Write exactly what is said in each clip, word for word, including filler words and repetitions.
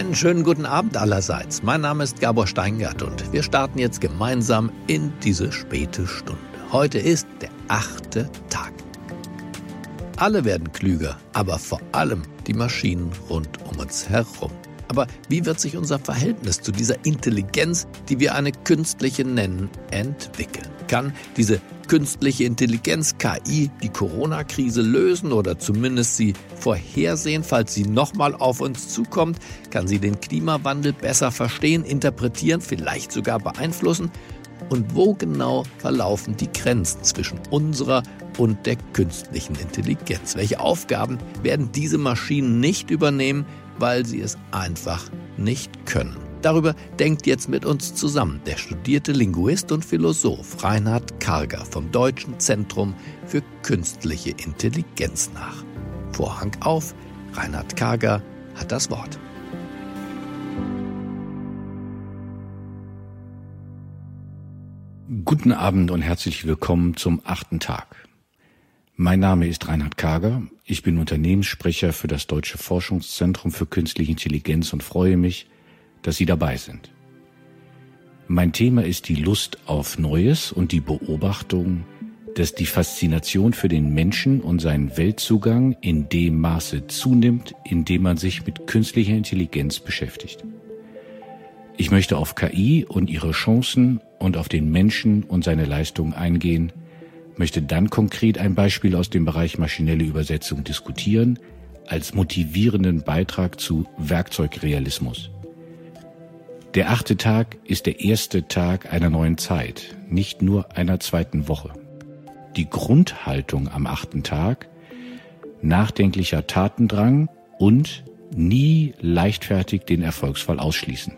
Einen schönen guten Abend allerseits. Mein Name ist Gabor Steingart und wir starten jetzt gemeinsam in diese späte Stunde. Heute ist der achte Tag. Alle werden klüger, aber vor allem die Maschinen rund um uns herum. Aber wie wird sich unser Verhältnis zu dieser Intelligenz, die wir eine künstliche nennen, entwickeln? Kann diese künstliche Intelligenz, K I, die Corona-Krise lösen oder zumindest sie vorhersehen, falls sie nochmal auf uns zukommt? Kann sie den Klimawandel besser verstehen, interpretieren, vielleicht sogar beeinflussen? Und wo genau verlaufen die Grenzen zwischen unserer und der künstlichen Intelligenz? Welche Aufgaben werden diese Maschinen nicht übernehmen, weil sie es einfach nicht können? Darüber denkt jetzt mit uns zusammen der studierte Linguist und Philosoph Reinhard Karger vom Deutschen Zentrum für Künstliche Intelligenz nach. Vorhang auf, Reinhard Karger hat das Wort. Guten Abend und herzlich willkommen zum achten Tag. Mein Name ist Reinhard Karger, ich bin Unternehmenssprecher für das Deutsche Forschungszentrum für Künstliche Intelligenz und freue mich, dass Sie dabei sind. Mein Thema ist die Lust auf Neues und die Beobachtung, dass die Faszination für den Menschen und seinen Weltzugang in dem Maße zunimmt, in dem man sich mit künstlicher Intelligenz beschäftigt. Ich möchte auf K I und ihre Chancen und auf den Menschen und seine Leistungen eingehen, möchte dann konkret ein Beispiel aus dem Bereich maschinelle Übersetzung diskutieren, als motivierenden Beitrag zu Werkzeugrealismus. Der achte Tag ist der erste Tag einer neuen Zeit, nicht nur einer zweiten Woche. Die Grundhaltung am achten Tag, nachdenklicher Tatendrang und nie leichtfertig den Erfolgsfall ausschließen.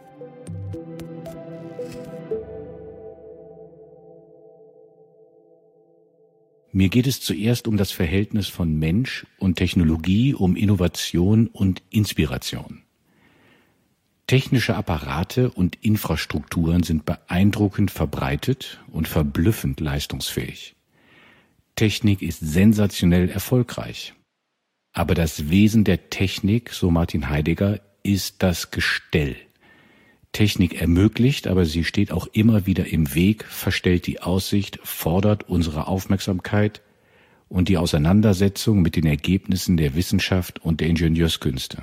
Mir geht es zuerst um das Verhältnis von Mensch und Technologie, um Innovation und Inspiration. Technische Apparate und Infrastrukturen sind beeindruckend verbreitet und verblüffend leistungsfähig. Technik ist sensationell erfolgreich. Aber das Wesen der Technik, so Martin Heidegger, ist das Gestell. Technik ermöglicht, aber sie steht auch immer wieder im Weg, verstellt die Aussicht, fordert unsere Aufmerksamkeit und die Auseinandersetzung mit den Ergebnissen der Wissenschaft und der Ingenieurskünste.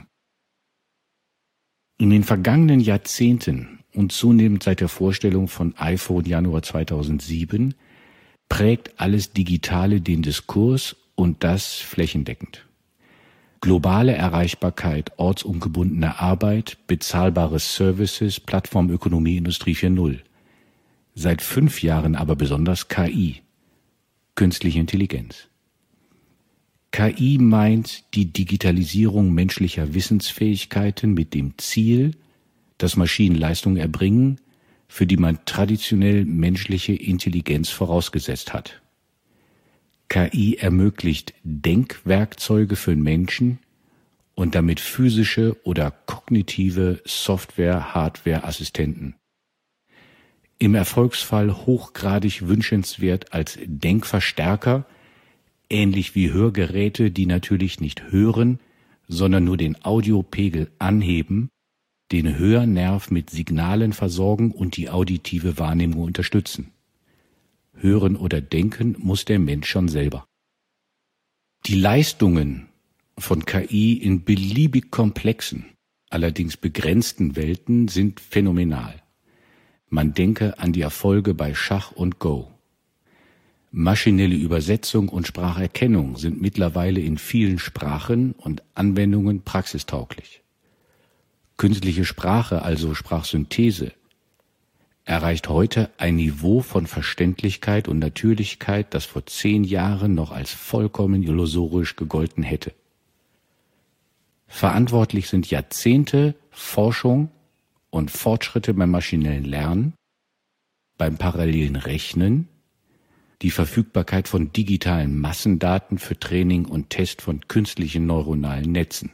In den vergangenen Jahrzehnten und zunehmend seit der Vorstellung von iPhone Januar zweitausendsieben prägt alles Digitale den Diskurs und das flächendeckend. Globale Erreichbarkeit, ortsungebundene Arbeit, bezahlbare Services, Plattformökonomie, Industrie vier Punkt null. Seit fünf Jahren aber besonders K I, künstliche Intelligenz. K I meint die Digitalisierung menschlicher Wissensfähigkeiten mit dem Ziel, dass Maschinen Leistungen erbringen, für die man traditionell menschliche Intelligenz vorausgesetzt hat. K I ermöglicht Denkwerkzeuge für Menschen und damit physische oder kognitive Software-, Hardware-Assistenten. Im Erfolgsfall hochgradig wünschenswert als Denkverstärker, ähnlich wie Hörgeräte, die natürlich nicht hören, sondern nur den Audiopegel anheben, den Hörnerv mit Signalen versorgen und die auditive Wahrnehmung unterstützen. Hören oder denken muss der Mensch schon selber. Die Leistungen von K I in beliebig komplexen, allerdings begrenzten Welten sind phänomenal. Man denke an die Erfolge bei Schach und Go. Maschinelle Übersetzung und Spracherkennung sind mittlerweile in vielen Sprachen und Anwendungen praxistauglich. Künstliche Sprache, also Sprachsynthese, erreicht heute ein Niveau von Verständlichkeit und Natürlichkeit, das vor zehn Jahren noch als vollkommen illusorisch gegolten hätte. Verantwortlich sind Jahrzehnte Forschung und Fortschritte beim maschinellen Lernen, beim parallelen Rechnen, die Verfügbarkeit von digitalen Massendaten für Training und Test von künstlichen neuronalen Netzen.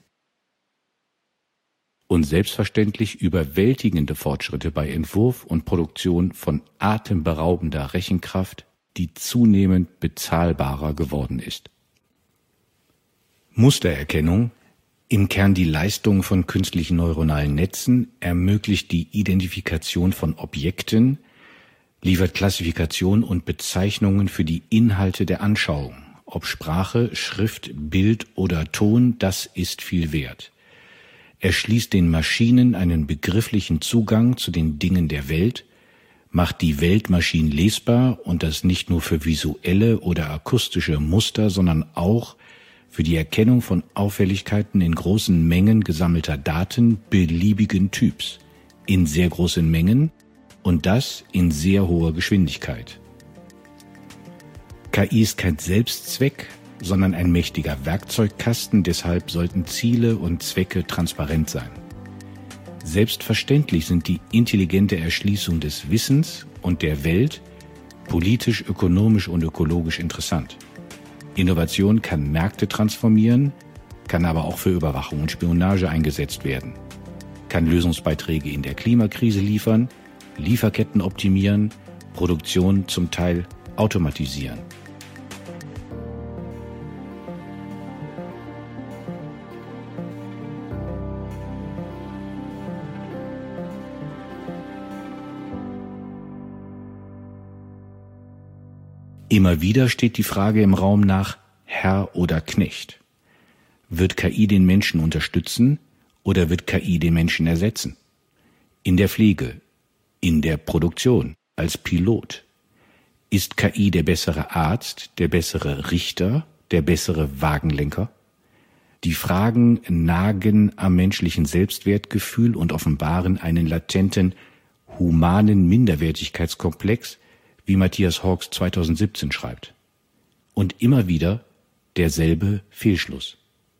Und selbstverständlich überwältigende Fortschritte bei Entwurf und Produktion von atemberaubender Rechenkraft, die zunehmend bezahlbarer geworden ist. Mustererkennung, Im Kern die Leistung von künstlichen neuronalen Netzen, ermöglicht die Identifikation von Objekten, liefert Klassifikation und Bezeichnungen für die Inhalte der Anschauung. Ob Sprache, Schrift, Bild oder Ton, das ist viel wert. Er schließt den Maschinen einen begrifflichen Zugang zu den Dingen der Welt, macht die Welt maschinenlesbar und das nicht nur für visuelle oder akustische Muster, sondern auch für die Erkennung von Auffälligkeiten in großen Mengen gesammelter Daten beliebigen Typs, in sehr großen Mengen und das in sehr hoher Geschwindigkeit. K I ist kein Selbstzweck, sondern ein mächtiger Werkzeugkasten, deshalb sollten Ziele und Zwecke transparent sein. Selbstverständlich sind die intelligente Erschließung des Wissens und der Welt politisch, ökonomisch und ökologisch interessant. Innovation kann Märkte transformieren, kann aber auch für Überwachung und Spionage eingesetzt werden, kann Lösungsbeiträge in der Klimakrise liefern, Lieferketten optimieren, Produktion zum Teil automatisieren. Immer wieder steht die Frage im Raum nach Herr oder Knecht. Wird K I den Menschen unterstützen oder wird K I den Menschen ersetzen? In der Pflege, in der Produktion, als Pilot. Ist K I der bessere Arzt, der bessere Richter, der bessere Wagenlenker? Die Fragen nagen am menschlichen Selbstwertgefühl und offenbaren einen latenten, humanen Minderwertigkeitskomplex, wie Matthias Hawkes zweitausendsiebzehn schreibt. Und immer wieder derselbe Fehlschluss.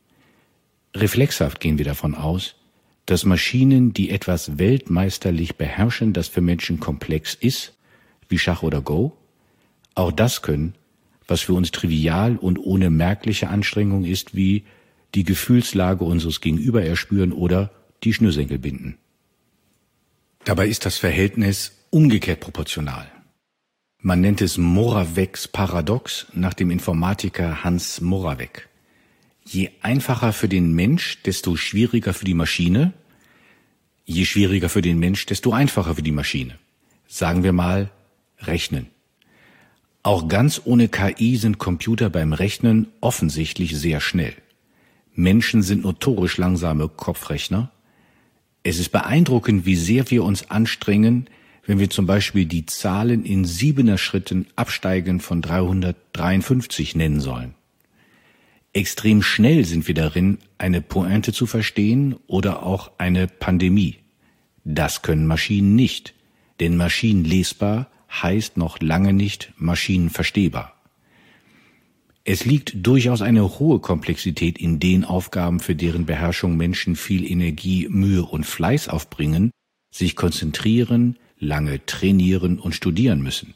Reflexhaft gehen wir davon aus, dass Maschinen, die etwas weltmeisterlich beherrschen, das für Menschen komplex ist, wie Schach oder Go, auch das können, was für uns trivial und ohne merkliche Anstrengung ist, wie die Gefühlslage unseres Gegenüber erspüren oder die Schnürsenkel binden. Dabei ist das Verhältnis umgekehrt proportional. Man nennt es Moravecks Paradox nach dem Informatiker Hans Moravec. Je einfacher für den Mensch, desto schwieriger für die Maschine. Je schwieriger für den Mensch, desto einfacher für die Maschine. Sagen wir mal, Rechnen. Auch ganz ohne K I sind Computer beim Rechnen offensichtlich sehr schnell. Menschen sind notorisch langsame Kopfrechner. Es ist beeindruckend, wie sehr wir uns anstrengen, wenn wir zum Beispiel die Zahlen in siebener Schritten absteigend von dreihundertdreiundfünfzig nennen sollen. Extrem schnell sind wir darin, eine Pointe zu verstehen oder auch eine Pandemie. Das können Maschinen nicht, denn maschinenlesbar heißt noch lange nicht maschinenverstehbar. Es liegt durchaus eine hohe Komplexität in den Aufgaben, für deren Beherrschung Menschen viel Energie, Mühe und Fleiß aufbringen, sich konzentrieren, lange trainieren und studieren müssen.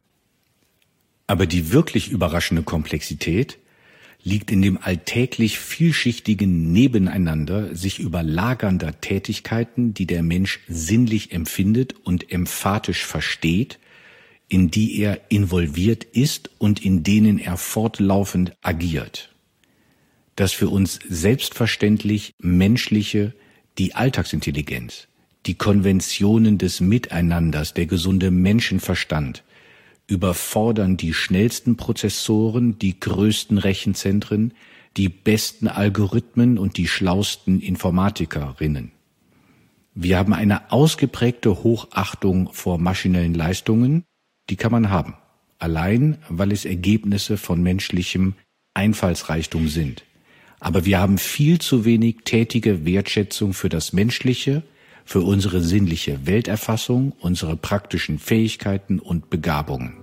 Aber die wirklich überraschende Komplexität liegt in dem alltäglich vielschichtigen Nebeneinander sich überlagernder Tätigkeiten, die der Mensch sinnlich empfindet und emphatisch versteht, in die er involviert ist und in denen er fortlaufend agiert. Das für uns selbstverständlich menschliche, die Alltagsintelligenz, die Konventionen des Miteinanders, der gesunde Menschenverstand, überfordern die schnellsten Prozessoren, die größten Rechenzentren, die besten Algorithmen und die schlausten Informatikerinnen. Wir haben eine ausgeprägte Hochachtung vor maschinellen Leistungen, die kann man haben, allein weil es Ergebnisse von menschlichem Einfallsreichtum sind. Aber wir haben viel zu wenig tätige Wertschätzung für das Menschliche, für unsere sinnliche Welterfassung, unsere praktischen Fähigkeiten und Begabungen.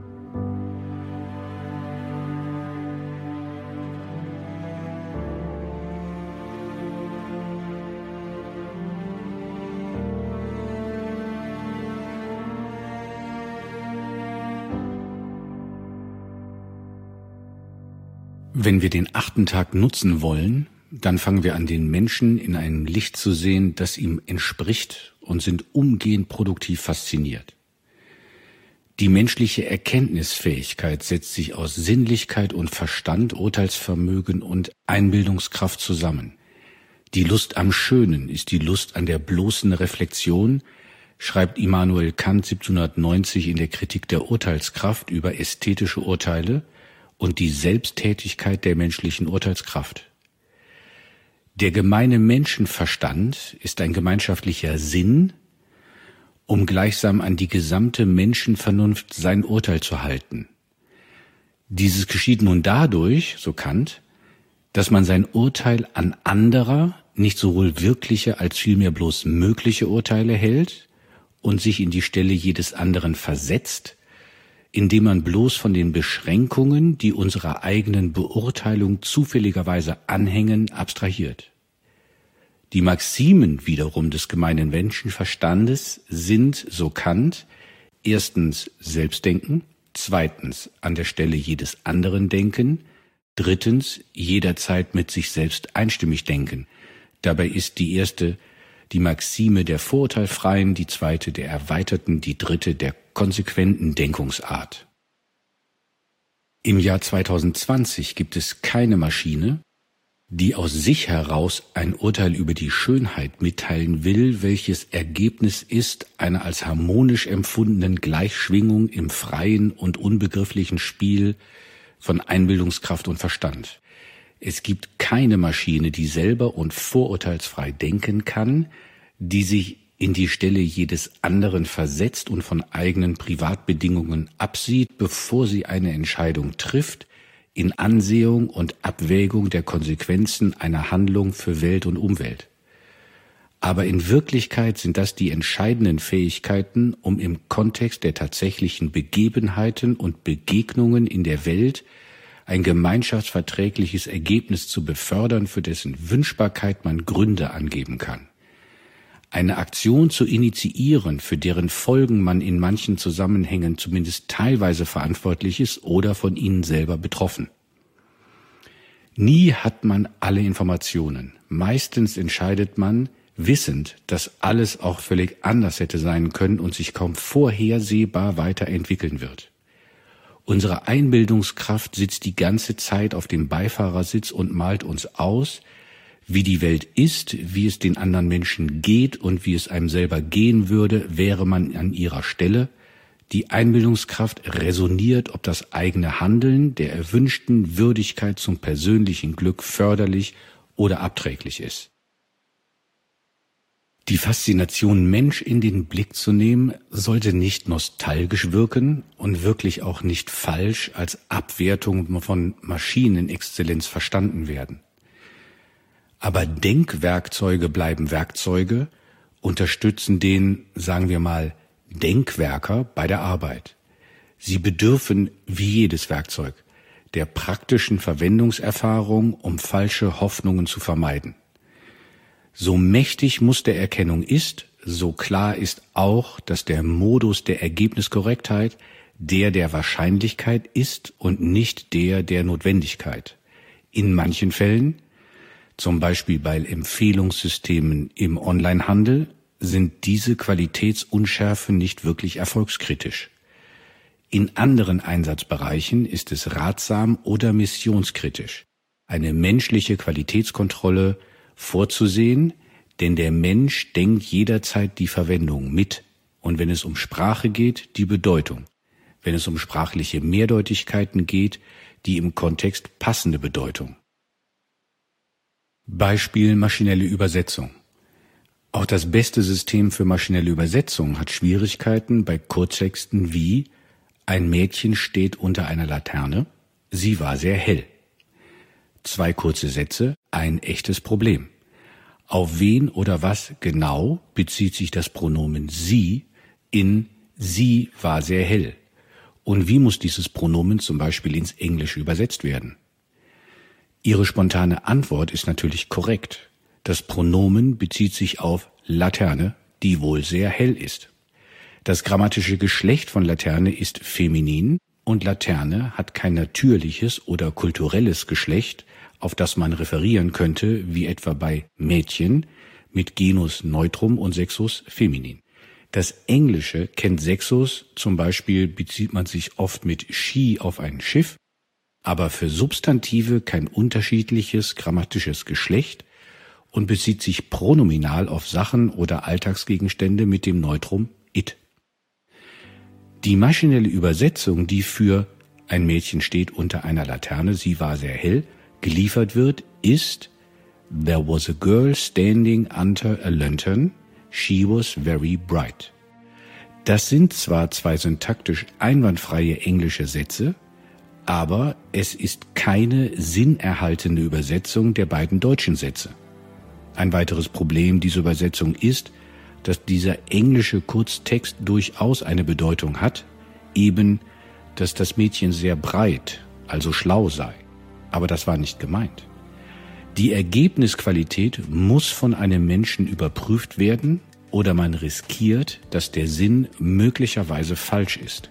Wenn wir den achten Tag nutzen wollen, dann fangen wir an, den Menschen in einem Licht zu sehen, das ihm entspricht und sind umgehend produktiv fasziniert. Die menschliche Erkenntnisfähigkeit setzt sich aus Sinnlichkeit und Verstand, Urteilsvermögen und Einbildungskraft zusammen. Die Lust am Schönen ist die Lust an der bloßen Reflexion, schreibt Immanuel Kant siebzehnhundertneunzig in der Kritik der Urteilskraft über ästhetische Urteile und die Selbsttätigkeit der menschlichen Urteilskraft. Der gemeine Menschenverstand ist ein gemeinschaftlicher Sinn, um gleichsam an die gesamte Menschenvernunft sein Urteil zu halten. Dieses geschieht nun dadurch, so Kant, dass man sein Urteil an anderer nicht sowohl wirkliche als vielmehr bloß mögliche Urteile hält und sich in die Stelle jedes anderen versetzt, indem man bloß von den Beschränkungen, die unserer eigenen Beurteilung zufälligerweise anhängen, abstrahiert. Die Maximen wiederum des gemeinen Menschenverstandes sind, so Kant, erstens Selbstdenken, zweitens an der Stelle jedes anderen denken, drittens jederzeit mit sich selbst einstimmig denken. Dabei ist die erste die Maxime der vorurteilfreien, die zweite der erweiterten, die dritte der konsequenten Denkungsart. Im Jahr zweitausendzwanzig gibt es keine Maschine, die aus sich heraus ein Urteil über die Schönheit mitteilen will, welches Ergebnis ist einer als harmonisch empfundenen Gleichschwingung im freien und unbegrifflichen Spiel von Einbildungskraft und Verstand. Es gibt keine Maschine, die selber und vorurteilsfrei denken kann, die sich in die Stelle jedes anderen versetzt und von eigenen Privatbedingungen absieht, bevor sie eine Entscheidung trifft, in Ansehung und Abwägung der Konsequenzen einer Handlung für Welt und Umwelt. Aber in Wirklichkeit sind das die entscheidenden Fähigkeiten, um im Kontext der tatsächlichen Begebenheiten und Begegnungen in der Welt ein gemeinschaftsverträgliches Ergebnis zu befördern, für dessen Wünschbarkeit man Gründe angeben kann. Eine Aktion zu initiieren, für deren Folgen man in manchen Zusammenhängen zumindest teilweise verantwortlich ist oder von ihnen selber betroffen. Nie hat man alle Informationen. Meistens entscheidet man, wissend, dass alles auch völlig anders hätte sein können und sich kaum vorhersehbar weiterentwickeln wird. Unsere Einbildungskraft sitzt die ganze Zeit auf dem Beifahrersitz und malt uns aus, wie die Welt ist, wie es den anderen Menschen geht und wie es einem selber gehen würde, wäre man an ihrer Stelle. Die Einbildungskraft resoniert, ob das eigene Handeln der erwünschten Würdigkeit zum persönlichen Glück förderlich oder abträglich ist. Die Faszination, Mensch in den Blick zu nehmen, sollte nicht nostalgisch wirken und wirklich auch nicht falsch als Abwertung von Maschinenexzellenz verstanden werden. Aber Denkwerkzeuge bleiben Werkzeuge, unterstützen den, sagen wir mal, Denkwerker bei der Arbeit. Sie bedürfen, wie jedes Werkzeug, der praktischen Verwendungserfahrung, um falsche Hoffnungen zu vermeiden. So mächtig Mustererkennung ist, so klar ist auch, dass der Modus der Ergebniskorrektheit der der Wahrscheinlichkeit ist und nicht der der Notwendigkeit. In manchen Fällen, zum Beispiel bei Empfehlungssystemen im Onlinehandel, sind diese Qualitätsunschärfen nicht wirklich erfolgskritisch. In anderen Einsatzbereichen ist es ratsam oder missionskritisch, eine menschliche Qualitätskontrolle vorzusehen, denn der Mensch denkt jederzeit die Verwendung mit und wenn es um Sprache geht, die Bedeutung. Wenn es um sprachliche Mehrdeutigkeiten geht, die im Kontext passende Bedeutung. Beispiel maschinelle Übersetzung. Auch das beste System für maschinelle Übersetzung hat Schwierigkeiten bei Kurztexten wie ein Mädchen steht unter einer Laterne, sie war sehr hell. Zwei kurze Sätze, ein echtes Problem. Auf wen oder was genau bezieht sich das Pronomen sie in sie war sehr hell? Und wie muss dieses Pronomen zum Beispiel ins Englische übersetzt werden? Ihre spontane Antwort ist natürlich korrekt. Das Pronomen bezieht sich auf Laterne, die wohl sehr hell ist. Das grammatische Geschlecht von Laterne ist feminin und Laterne hat kein natürliches oder kulturelles Geschlecht, auf das man referieren könnte, wie etwa bei Mädchen mit Genus Neutrum und Sexus feminin. Das Englische kennt Sexus, zum Beispiel bezieht man sich oft mit she auf ein Schiff, aber für Substantive kein unterschiedliches grammatisches Geschlecht und bezieht sich pronominal auf Sachen oder Alltagsgegenstände mit dem Neutrum it. Die maschinelle Übersetzung, die für ein Mädchen steht unter einer Laterne, sie war sehr hell, geliefert wird, ist There was a girl standing under a lantern, she was very bright. Das sind zwar zwei syntaktisch einwandfreie englische Sätze, aber es ist keine sinnerhaltende Übersetzung der beiden deutschen Sätze. Ein weiteres Problem dieser Übersetzung ist, dass dieser englische Kurztext durchaus eine Bedeutung hat, eben, dass das Mädchen sehr breit, also schlau sei. Aber das war nicht gemeint. Die Ergebnisqualität muss von einem Menschen überprüft werden oder man riskiert, dass der Sinn möglicherweise falsch ist.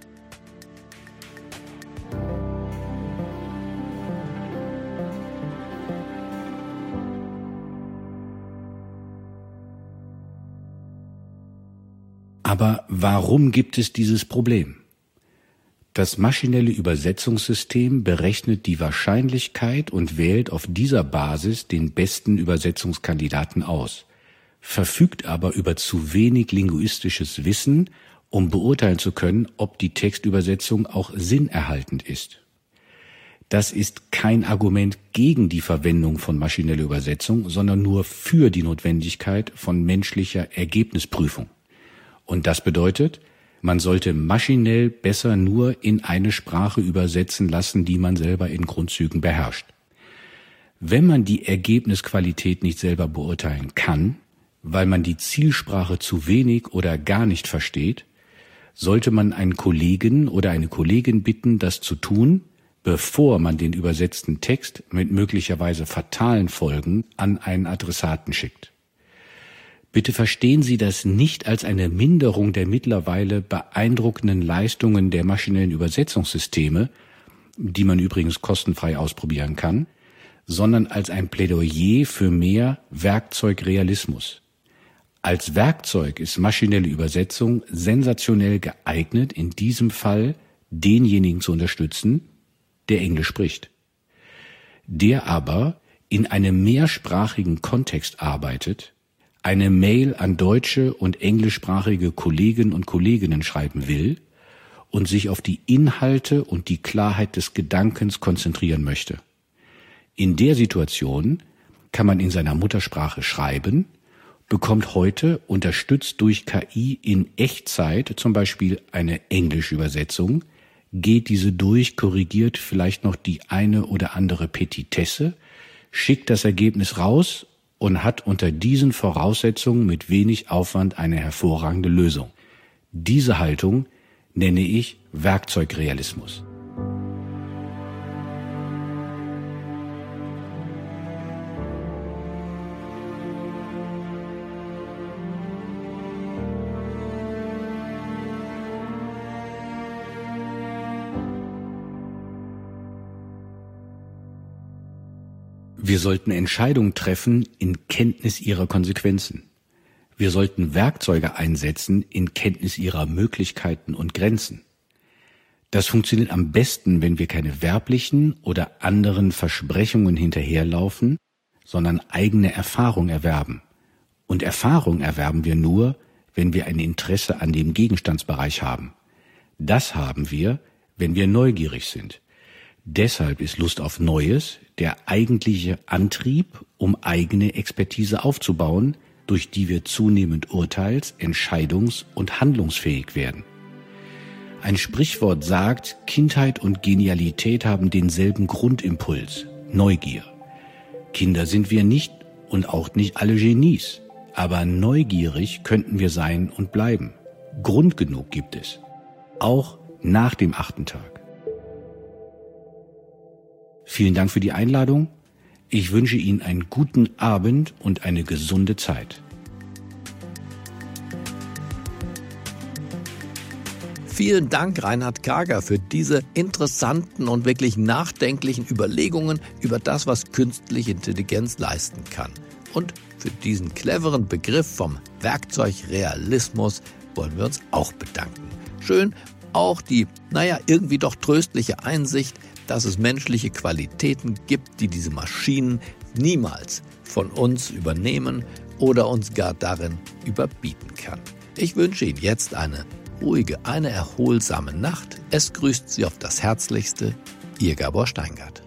Aber warum gibt es dieses Problem? Das maschinelle Übersetzungssystem berechnet die Wahrscheinlichkeit und wählt auf dieser Basis den besten Übersetzungskandidaten aus, verfügt aber über zu wenig linguistisches Wissen, um beurteilen zu können, ob die Textübersetzung auch sinnerhaltend ist. Das ist kein Argument gegen die Verwendung von maschineller Übersetzung, sondern nur für die Notwendigkeit von menschlicher Ergebnisprüfung. Und das bedeutet, man sollte maschinell besser nur in eine Sprache übersetzen lassen, die man selber in Grundzügen beherrscht. Wenn man die Ergebnisqualität nicht selber beurteilen kann, weil man die Zielsprache zu wenig oder gar nicht versteht, sollte man einen Kollegen oder eine Kollegin bitten, das zu tun, bevor man den übersetzten Text mit möglicherweise fatalen Folgen an einen Adressaten schickt. Bitte verstehen Sie das nicht als eine Minderung der mittlerweile beeindruckenden Leistungen der maschinellen Übersetzungssysteme, die man übrigens kostenfrei ausprobieren kann, sondern als ein Plädoyer für mehr Werkzeugrealismus. Als Werkzeug ist maschinelle Übersetzung sensationell geeignet, in diesem Fall denjenigen zu unterstützen, der Englisch spricht. Der aber in einem mehrsprachigen Kontext arbeitet, eine Mail an deutsche und englischsprachige Kollegen und Kolleginnen schreiben will und sich auf die Inhalte und die Klarheit des Gedankens konzentrieren möchte. In der Situation kann man in seiner Muttersprache schreiben, bekommt heute, unterstützt durch K I in Echtzeit, zum Beispiel eine englische Übersetzung, geht diese durch, korrigiert vielleicht noch die eine oder andere Petitesse, schickt das Ergebnis raus und hat unter diesen Voraussetzungen mit wenig Aufwand eine hervorragende Lösung. Diese Haltung nenne ich Werkzeugrealismus. Wir sollten Entscheidungen treffen in Kenntnis ihrer Konsequenzen. Wir sollten Werkzeuge einsetzen in Kenntnis ihrer Möglichkeiten und Grenzen. Das funktioniert am besten, wenn wir keine werblichen oder anderen Versprechungen hinterherlaufen, sondern eigene Erfahrung erwerben. Und Erfahrung erwerben wir nur, wenn wir ein Interesse an dem Gegenstandsbereich haben. Das haben wir, wenn wir neugierig sind. Deshalb ist Lust auf Neues der eigentliche Antrieb, um eigene Expertise aufzubauen, durch die wir zunehmend urteils-, entscheidungs- und handlungsfähig werden. Ein Sprichwort sagt, Kindheit und Genialität haben denselben Grundimpuls, Neugier. Kinder sind wir nicht und auch nicht alle Genies, aber neugierig könnten wir sein und bleiben. Grund genug gibt es, auch nach dem achten Tag. Vielen Dank für die Einladung. Ich wünsche Ihnen einen guten Abend und eine gesunde Zeit. Vielen Dank, Reinhard Kager, für diese interessanten und wirklich nachdenklichen Überlegungen über das, was künstliche Intelligenz leisten kann. Und für diesen cleveren Begriff vom Werkzeugrealismus wollen wir uns auch bedanken. Schön auch die, naja, irgendwie doch tröstliche Einsicht, dass es menschliche Qualitäten gibt, die diese Maschinen niemals von uns übernehmen oder uns gar darin überbieten kann. Ich wünsche Ihnen jetzt eine ruhige, eine erholsame Nacht. Es grüßt Sie auf das Herzlichste, Ihr Gabor Steingart.